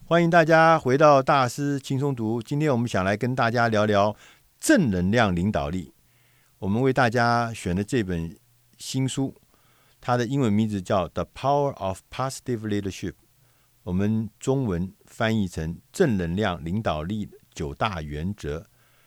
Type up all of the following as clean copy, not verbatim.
欢迎大家回到大师轻松读。今天我们想来跟大家聊聊正能量领导力。我们为大家选的这本新书，它的英文名字叫 The Power of Positive Leadership， 我们中文翻译成正能量领导力9大原则。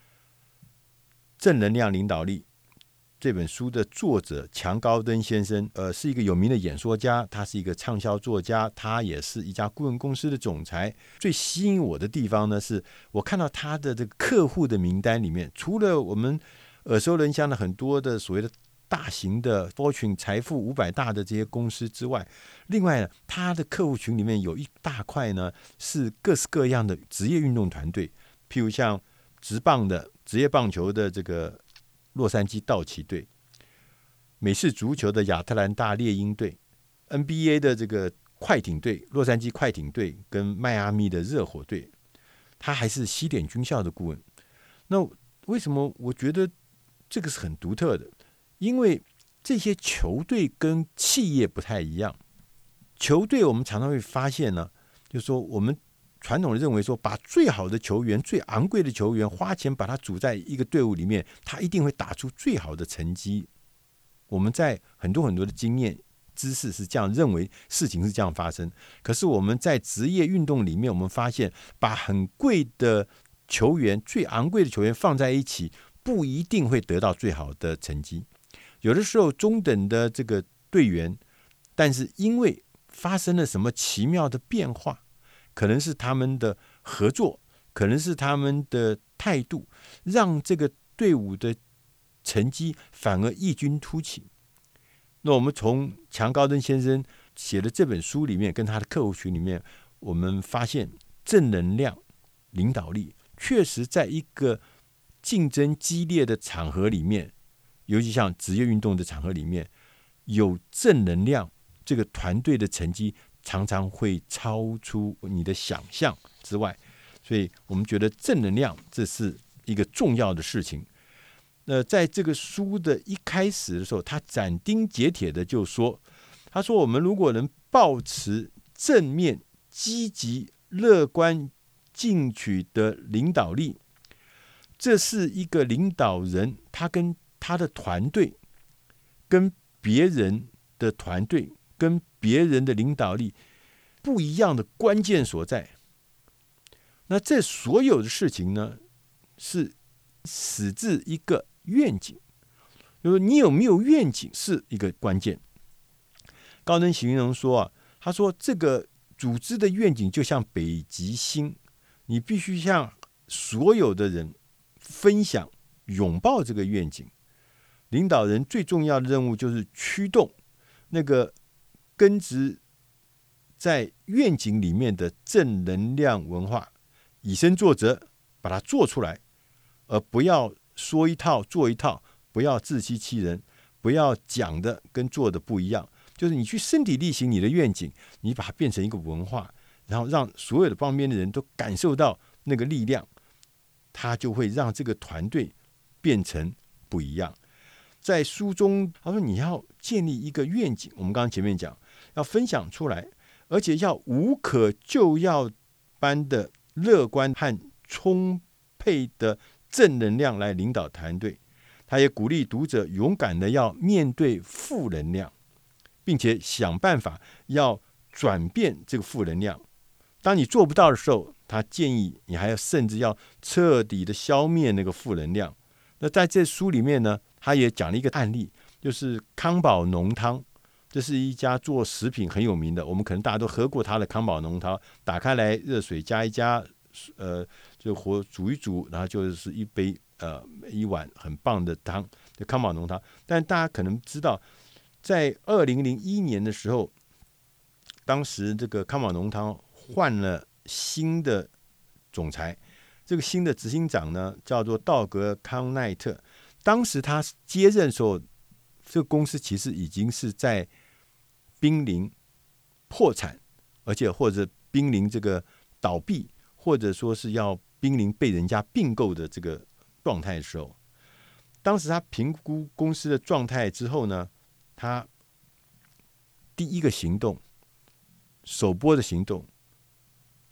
正能量领导力这本书的作者强高登先生，是一个有名的演说家，他是一个畅销作家，他也是一家顾问公司的总裁。最吸引我的地方呢，是我看到他的这个客户的名单里面，除了我们耳熟能详的很多的所谓的大型的 Fortune 财富500大的这些公司之外，另外呢，他的客户群里面有一大块呢，是各式各样的职业运动团队，譬如像职棒的职业棒球的这个洛杉矶道奇队，美式足球的亚特兰大猎鹰队， NBA 的这个快艇队洛杉矶快艇队跟迈阿密的热火队，他还是西点军校的顾问。那为什么我觉得这个是很独特的？因为这些球队跟企业不太一样。球队我们常常会发现呢，就是说我们传统的认为说，把最好的球员、最昂贵的球员花钱把他组在一个队伍里面，他一定会打出最好的成绩。我们在很多的经验知识是这样认为，事情是这样发生。可是我们在职业运动里面，我们发现把很贵的球员、最昂贵的球员放在一起，不一定会得到最好的成绩。有的时候中等的这个队员，但是因为发生了什么奇妙的变化，可能是他们的合作，可能是他们的态度，让这个队伍的成绩反而异军突起。那我们从强高登先生写的这本书里面，跟他的客户群里面，我们发现正能量领导力确实在一个竞争激烈的场合里面，尤其像职业运动的场合里面，有正能量，这个团队的成绩常常会超出你的想象之外。所以我们觉得正能量这是一个重要的事情。在这个书的一开始的时候，他斩钉截铁的就说，他说我们如果能抱持正面、积极、乐观、进取的领导力，这是一个领导人他跟他的团队、跟别人的团队、跟别人的领导力不一样的关键所在。那这所有的事情呢，是始自一个愿景，就是你有没有愿景是一个关键。高登形容说啊，他说这个组织的愿景就像北极星，你必须向所有的人分享、拥抱这个愿景。领导人最重要的任务就是驱动那个根植在愿景里面的正能量文化，以身作则，把它做出来，而不要说一套做一套，不要自欺欺人，不要讲的跟做的不一样。就是你去身体力行你的愿景，你把它变成一个文化，然后让所有的旁边的人都感受到那个力量，它就会让这个团队变成不一样。在书中他说，你要建立一个愿景，我们刚刚前面讲要分享出来，而且要无可救药般的乐观和充沛的正能量来领导团队。他也鼓励读者勇敢的要面对负能量，并且想办法要转变这个负能量。当你做不到的时候，他建议你还要甚至要彻底的消灭那个负能量。那在这书里面呢，他也讲了一个案例，就是康宝浓汤。这是一家做食品很有名的，我们可能大家都喝过它的康宝浓汤，打开来热水加一加，就火煮一煮，然后就是一杯一碗很棒的汤，就康宝浓汤。但大家可能知道，在2001年的时候，当时这个康宝浓汤换了新的总裁，这个新的执行长呢叫做道格康奈特。当时他接任的时候，这个公司其实已经是在濒临破产，而且或者濒临这个倒闭，或者说是要濒临被人家并购的这个状态的时候，当时他评估公司的状态之后呢，他第一个行动，首波的行动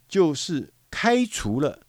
就是开除了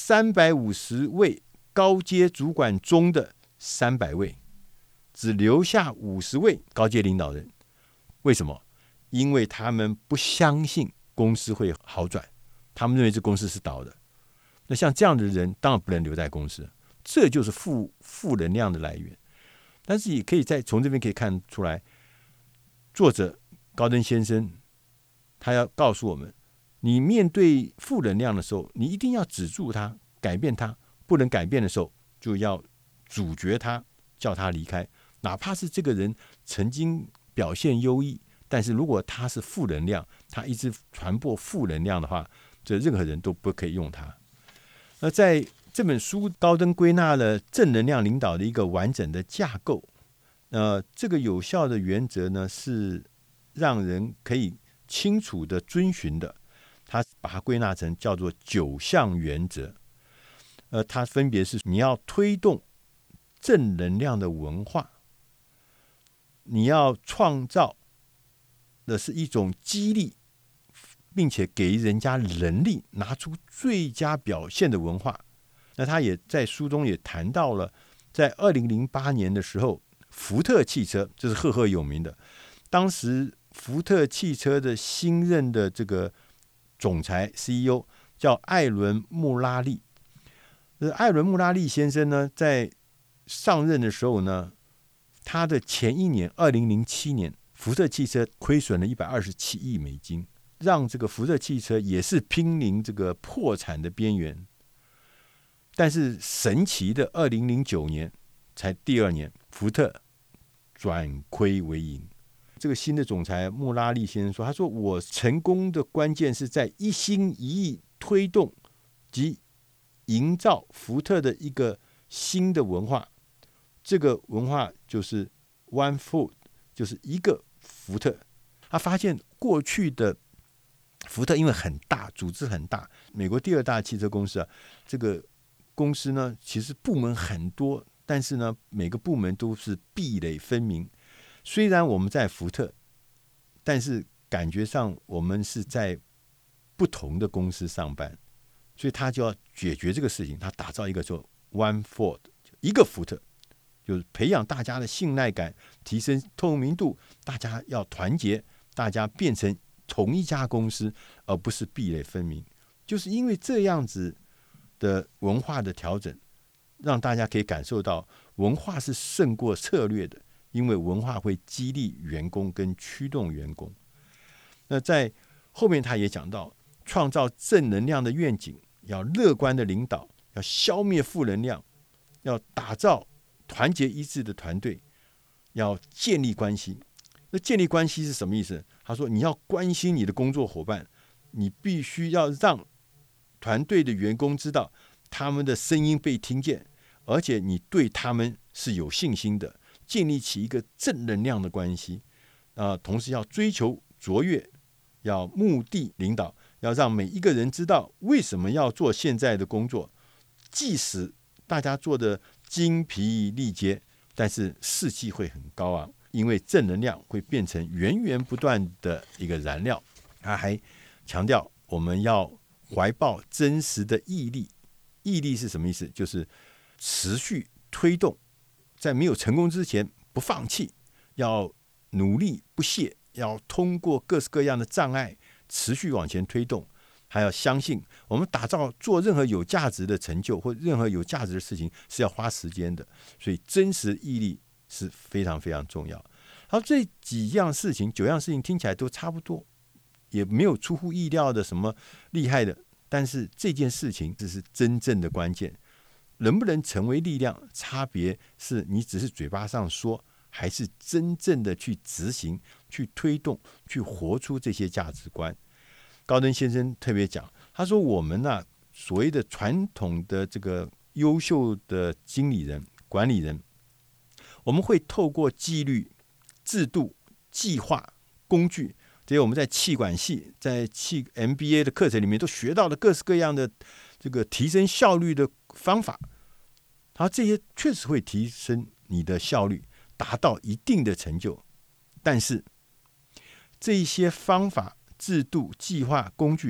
350位高阶主管中的300位，只留下50位高阶领导人。为什么？因为他们不相信公司会好转，他们认为这公司是倒的。那像这样的人当然不能留在公司，这就是负能量的来源。但是也可以从这边可以看出来，作者高登先生他要告诉我们，你面对负能量的时候，你一定要止住它，改变它。不能改变的时候，就要阻绝它，叫他离开。哪怕是这个人曾经表现优异，但是如果他是负能量，他一直传播负能量的话，这任何人都不可以用他。那在这本书，高登归纳了正能量领导的一个完整的架构。这个有效的原则呢，是让人可以清楚的遵循的。他把它归纳成叫做9项原则。它分别是：你要推动正能量的文化，你要创造的是一种激励，并且给人家能力拿出最佳表现的文化。那他也在书中也谈到了，在2008年的时候，福特汽车，这是赫赫有名的，当时福特汽车的新任的这个总裁 CEO 叫艾伦穆拉利。艾伦穆拉利先生呢，在上任的时候呢，他的前一年2007年，福特汽车亏损了127亿美金，让这个福特汽车也是濒临这个破产的边缘。但是神奇的2009年才第2年，福特转亏为盈。这个新的总裁穆拉利先生说，他说我成功的关键是在一心一意推动及营造福特的一个新的文化。这个文化就是 One Ford， 就是一个福特。他发现过去的福特因为很大，组织很大，美国第2大汽车公司这个公司呢，其实部门很多，但是呢，每个部门都是壁垒分明。虽然我们在福特，但是感觉上我们是在不同的公司上班，所以他就要解决这个事情。他打造一个说 One Ford， 一个福特，就是培养大家的信赖感，提升透明度，大家要团结，大家变成同一家公司，而不是壁垒分明。就是因为这样子的文化的调整，让大家可以感受到文化是胜过策略的，因为文化会激励员工跟驱动员工。那在后面他也讲到，创造正能量的愿景，要乐观的领导，要消灭负能量，要打造团结一致的团队，要建立关系。那建立关系是什么意思？他说你要关心你的工作伙伴，你必须要让团队的员工知道他们的声音被听见，而且你对他们是有信心的，建立起一个正能量的关系。同时要追求卓越，要目的领导，要让每一个人知道为什么要做现在的工作，即使大家做的精疲力竭，但是士气会很高昂，因为正能量会变成源源不断的一个燃料。他还强调我们要怀抱真实的毅力。毅力是什么意思？就是持续推动，在没有成功之前不放弃，要努力不懈，要通过各式各样的障碍持续往前推动。还要相信我们做任何有价值的成就或任何有价值的事情是要花时间的，所以真实毅力是非常非常重要。好，这9样事情听起来都差不多，也没有出乎意料的什么厉害的，但是这件事情这是真正的关键。能不能成为力量，差别是你只是嘴巴上说，还是真正的去执行、去推动、去活出这些价值观。高登先生特别讲，他说我们所谓的传统的这个优秀的经理人、管理人，我们会透过纪律、制度、计划、工具，这些我们在企管系、在MBA 的课程里面都学到的各式各样的这个提升效率的方法。然后这些确实会提升你的效率，达到一定的成就。但是这一些方法、制度、计划、工具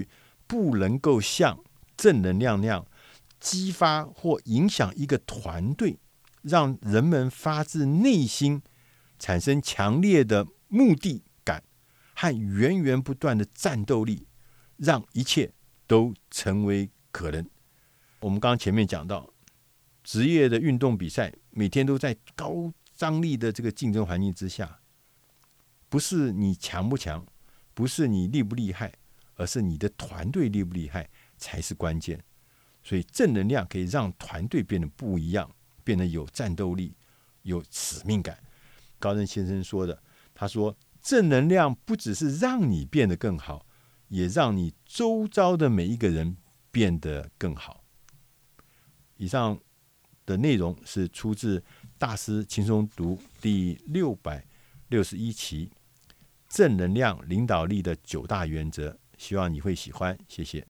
不能够像正能量那样激发或影响一个团队，让人们发自内心产生强烈的目的感和源源不断的战斗力，让一切都成为可能。我们刚刚前面讲到，职业的运动比赛每天都在高张力的这个竞争环境之下，不是你强不强，不是你厉不厉害，而是你的团队厉不厉害才是关键。所以正能量可以让团队变得不一样，变得有战斗力，有使命感。高登先生说的，他说正能量不只是让你变得更好，也让你周遭的每一个人变得更好。以上的内容是出自大师轻松读第661期正能量领导力的9大原则，希望你会喜欢，谢谢。